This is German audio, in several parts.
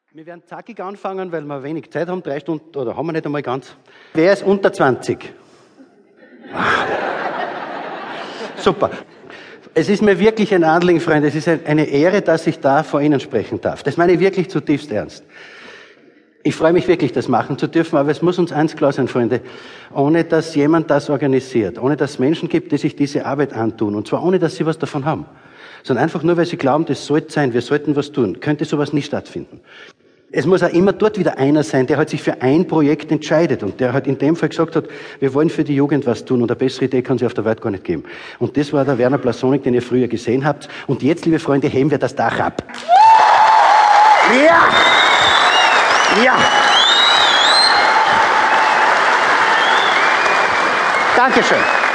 Wir werden zackig anfangen, weil wir wenig Zeit haben, 3 Stunden, oder haben wir nicht einmal ganz. Wer ist unter 20? Super. Es ist mir wirklich ein Anliegen, Freunde, es ist eine Ehre, dass ich da vor Ihnen sprechen darf. Das meine ich wirklich zutiefst ernst. Ich freue mich wirklich, das machen zu dürfen, aber es muss uns eins klar sein, Freunde. Ohne dass jemand das organisiert, ohne dass es Menschen gibt, die sich diese Arbeit antun, und zwar ohne, dass sie was davon haben, sondern einfach nur, weil sie glauben, das sollte sein, wir sollten was tun, könnte sowas nie stattfinden. Es muss auch immer dort wieder einer sein, der halt sich für ein Projekt entscheidet und der halt in dem Fall gesagt hat, wir wollen für die Jugend was tun und eine bessere Idee kann es auf der Welt gar nicht geben. Und das war der Werner Blasonik, den ihr früher gesehen habt. Und jetzt, liebe Freunde, heben wir das Dach ab. Ja! Ja! Dankeschön.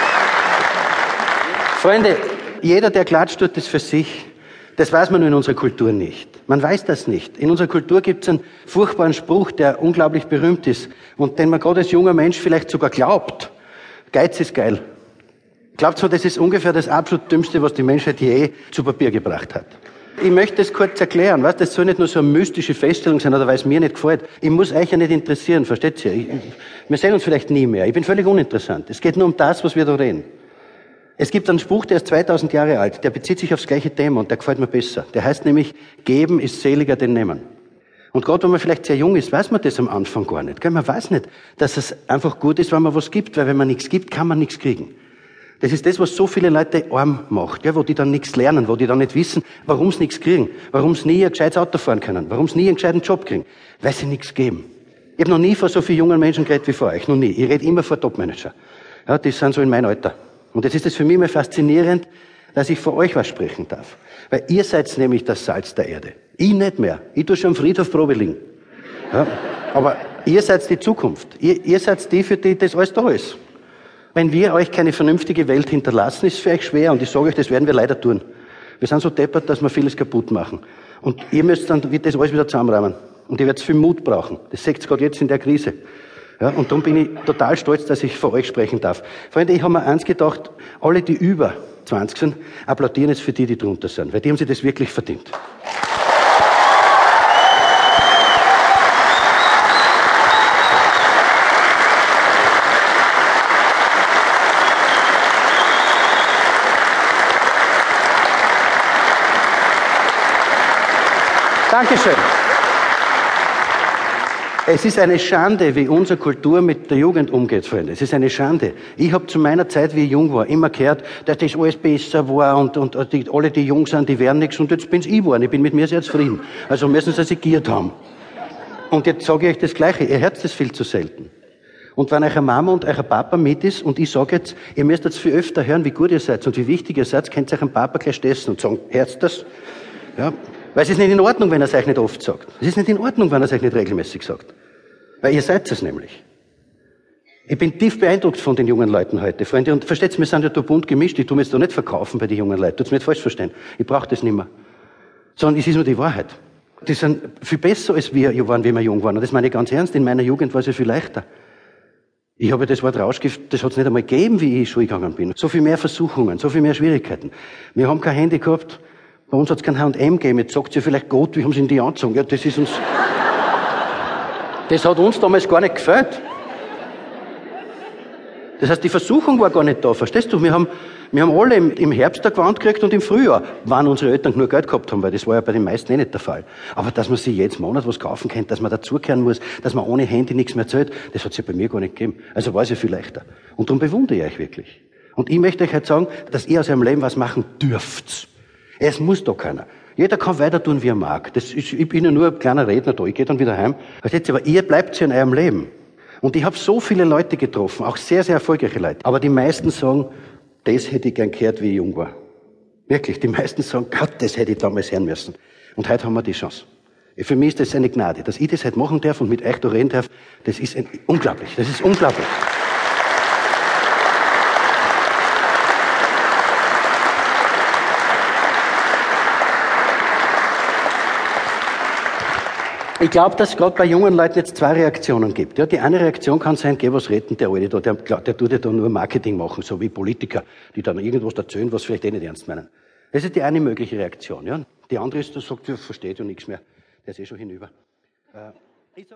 Freunde, jeder, der klatscht, tut das für sich. Das weiß man nur in unserer Kultur nicht. Man weiß das nicht. In unserer Kultur gibt es einen furchtbaren Spruch, der unglaublich berühmt ist und den man gerade als junger Mensch vielleicht sogar glaubt. Geiz ist geil. Glaubt so, das ist ungefähr das absolut Dümmste, was die Menschheit je zu Papier gebracht hat. Ich möchte das kurz erklären, was? Das soll nicht nur so eine mystische Feststellung sein oder weil es mir nicht gefällt. Ich muss euch ja nicht interessieren, versteht ihr? Wir sehen uns vielleicht nie mehr. Ich bin völlig uninteressant. Es geht nur um das, was wir da reden. Es gibt einen Spruch, der ist 2000 Jahre alt, der bezieht sich aufs gleiche Thema und der gefällt mir besser. Der heißt nämlich, geben ist seliger denn nehmen. Und gerade wenn man vielleicht sehr jung ist, weiß man das am Anfang gar nicht. Man weiß nicht, dass es einfach gut ist, wenn man was gibt, weil wenn man nichts gibt, kann man nichts kriegen. Das ist das, was so viele Leute arm macht, wo die dann nichts lernen, wo die dann nicht wissen, warum sie nichts kriegen, warum sie nie ein gescheites Auto fahren können, warum sie nie einen gescheiten Job kriegen, weil sie nichts geben. Ich habe noch nie vor so vielen jungen Menschen geredet wie vor euch, noch nie. Ich rede immer vor Topmanager. Ja, die sind so in meinem Alter. Und jetzt ist es für mich mal faszinierend, dass ich vor euch was sprechen darf. Weil ihr seid nämlich das Salz der Erde. Ich nicht mehr. Ich tue schon am Friedhof Probe liegen. Ja, aber ihr seid die Zukunft. Ihr seid die, für die das alles da ist. Wenn wir euch keine vernünftige Welt hinterlassen, ist es für euch schwer. Und ich sage euch, das werden wir leider tun. Wir sind so deppert, dass wir vieles kaputt machen. Und ihr müsst dann das alles wieder zusammenräumen. Und ihr werdet viel Mut brauchen. Das seht ihr gerade jetzt in der Krise. Ja, und darum bin ich total stolz, dass ich vor euch sprechen darf. Freunde, ich habe mir eins gedacht, alle, die über 20 sind, applaudieren jetzt für die, die drunter sind, weil die haben sich das wirklich verdient. Dankeschön. Es ist eine Schande, wie unsere Kultur mit der Jugend umgeht, Freunde. Es ist eine Schande. Ich habe zu meiner Zeit, wie ich jung war, immer gehört, dass das alles besser war und alle, die jung sind, die werden nichts. Und jetzt bin's ich geworden. Ich bin mit mir sehr zufrieden. Also müssen sie sich giert haben. Und jetzt sage ich euch das Gleiche. Ihr hört das viel zu selten. Und wenn eure Mama und euer Papa mit ist und ich sage jetzt, ihr müsst jetzt viel öfter hören, wie gut ihr seid und wie wichtig ihr seid, könnt ihr eurem Papa gleich stessen und sagen, hört das? Ja. Weil es ist nicht in Ordnung, wenn er es euch nicht oft sagt. Es ist nicht in Ordnung, wenn er es euch nicht regelmäßig sagt. Weil ihr seid es nämlich. Ich bin tief beeindruckt von den jungen Leuten heute, Freunde. Und versteht's, wir sind ja da bunt gemischt. Ich tue mir jetzt da nicht verkaufen bei den jungen Leuten. Tut's mir nicht falsch verstehen. Ich brauche das nicht mehr. Sondern es ist nur die Wahrheit. Die sind viel besser, als wir waren, wie wir jung waren. Und das meine ich ganz ernst. In meiner Jugend war es ja viel leichter. Ich habe das Wort Rauschgift, das hat es nicht einmal gegeben, wie ich in die Schule gegangen bin. So viel mehr Versuchungen, so viel mehr Schwierigkeiten. Wir haben kein Handy gehabt. Bei uns hat es kein H&M gegeben. Jetzt sagt sie vielleicht Gott, wie haben sie in die angezogen? Ja, das ist uns... Das hat uns damals gar nicht gefällt. Das heißt, die Versuchung war gar nicht da, verstehst du? Wir haben alle im Herbst ein Gewand gekriegt und im Frühjahr, wann unsere Eltern nur Geld gehabt haben, weil das war ja bei den meisten nicht der Fall. Aber dass man sich jeden Monat was kaufen kann, dass man dazukehren muss, dass man ohne Handy nichts mehr zahlt, das hat es ja bei mir gar nicht gegeben. Also war es ja viel leichter. Und darum bewundere ich euch wirklich. Und ich möchte euch halt sagen, dass ihr aus eurem Leben was machen dürft. Es muss doch keiner. Jeder kann weiter tun, wie er mag. Ich bin ja nur ein kleiner Redner da. Ich gehe dann wieder heim. Versteht ihr? Aber ihr bleibt ja in eurem Leben. Und ich habe so viele Leute getroffen, auch sehr, sehr erfolgreiche Leute. Aber die meisten sagen, das hätte ich gern gehört, wie ich jung war. Wirklich, die meisten sagen, Gott, das hätte ich damals hören müssen. Und heute haben wir die Chance. Für mich ist das eine Gnade. Dass ich das heute machen darf und mit euch da reden darf, das ist unglaublich. Das ist unglaublich. Ich glaube, dass es gerade bei jungen Leuten jetzt 2 Reaktionen gibt. Ja, die eine Reaktion kann sein, geh was retten, der Alte da, der tut ja da nur Marketing machen, so wie Politiker, die dann irgendwas erzählen, was vielleicht nicht ernst meinen. Das ist die eine mögliche Reaktion. Ja. Die andere ist, der sagt, der versteht ja nichts mehr, der ist schon hinüber.